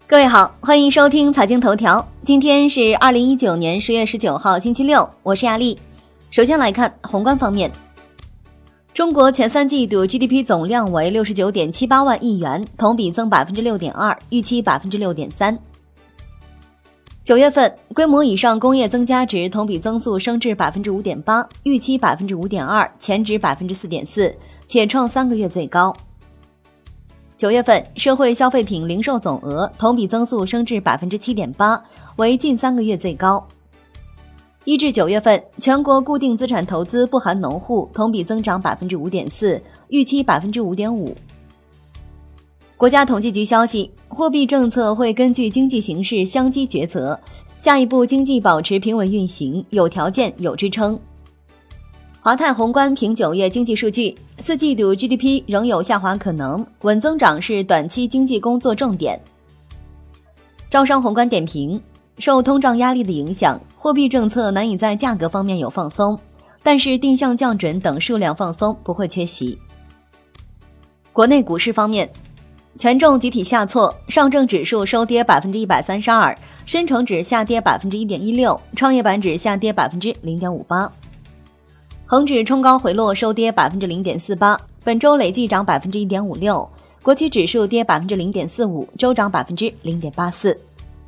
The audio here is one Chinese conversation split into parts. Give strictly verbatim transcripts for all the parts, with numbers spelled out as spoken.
各位好，欢迎收听财经头条。今天是二零一九年十月十九号星期六，我是亚丽。首先来看宏观方面，中国前三季度 G D P 总量为 六十九点七八万亿元，同比增 百分之六点二， 预期 百分之六点三。九月份规模以上工业增加值同比增速升至 百分之五点八， 预期 百分之五点二， 前值 百分之四点四， 且创三个月最高。九月份社会消费品零售总额同比增速升至 百分之七点八， 为近三个月最高。一至九月份全国固定资产投资不含农户同比增长 百分之五点四， 预期 百分之五点五。国家统计局消息，货币政策会根据经济形势相机抉择，下一步经济保持平稳运行，有条件有支撑。华泰宏观评九月经济数据，四季度 G D P 仍有下滑可能，稳增长是短期经济工作重点。招商宏观点评，受通胀压力的影响，货币政策难以在价格方面有放松，但是定向降准等数量放松不会缺席。国内股市方面，权重集体下挫，上证指数收跌 百分之一百三十二， 深成指下跌 百分之一点一六， 创业板指下跌 百分之零点五八。恒指冲高回落，收跌 百分之零点四八， 本周累计涨 百分之一点五六， 国企指数跌 百分之零点四五， 周涨 百分之零点八四。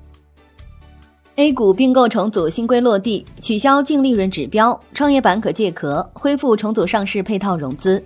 A 股并购重组新规落地，取消净利润指标，创业板可借壳，恢复重组上市配套融资。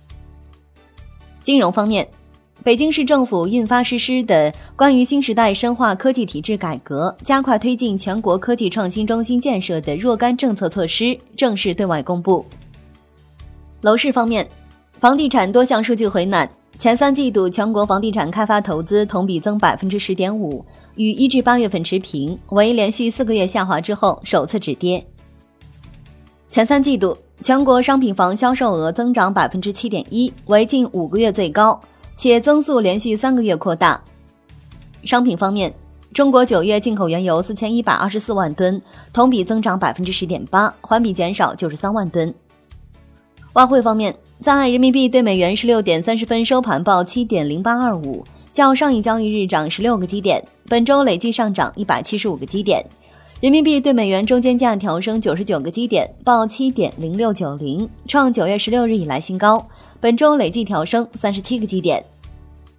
金融方面，北京市政府印发实施的关于新时代深化科技体制改革，加快推进全国科技创新中心建设的若干政策措施正式对外公布。楼市方面，房地产多项数据回暖，前三季度全国房地产开发投资同比增 百分之十点五， 与一至八月份持平，为连续四个月下滑之后首次止跌。前三季度全国商品房销售额增长 百分之七点一， 为近五个月最高，且增速连续三个月扩大。商品方面，中国九月进口原油四千一百二十四万吨，同比增长 百分之十点八， 环比减少九十三万吨。外汇方面，在人民币对美元十六点三十分收盘报 七点零八二五， 较上一交易日涨十六个基点，本周累计上涨一百七十五个基点。人民币对美元中间价调升九十九个基点，报 七点零六九零， 创九月十六日以来新高，本周累计调升三十七个基点。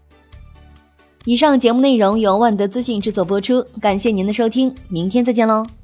以上节目内容由万德资讯制作播出，感谢您的收听，明天再见喽。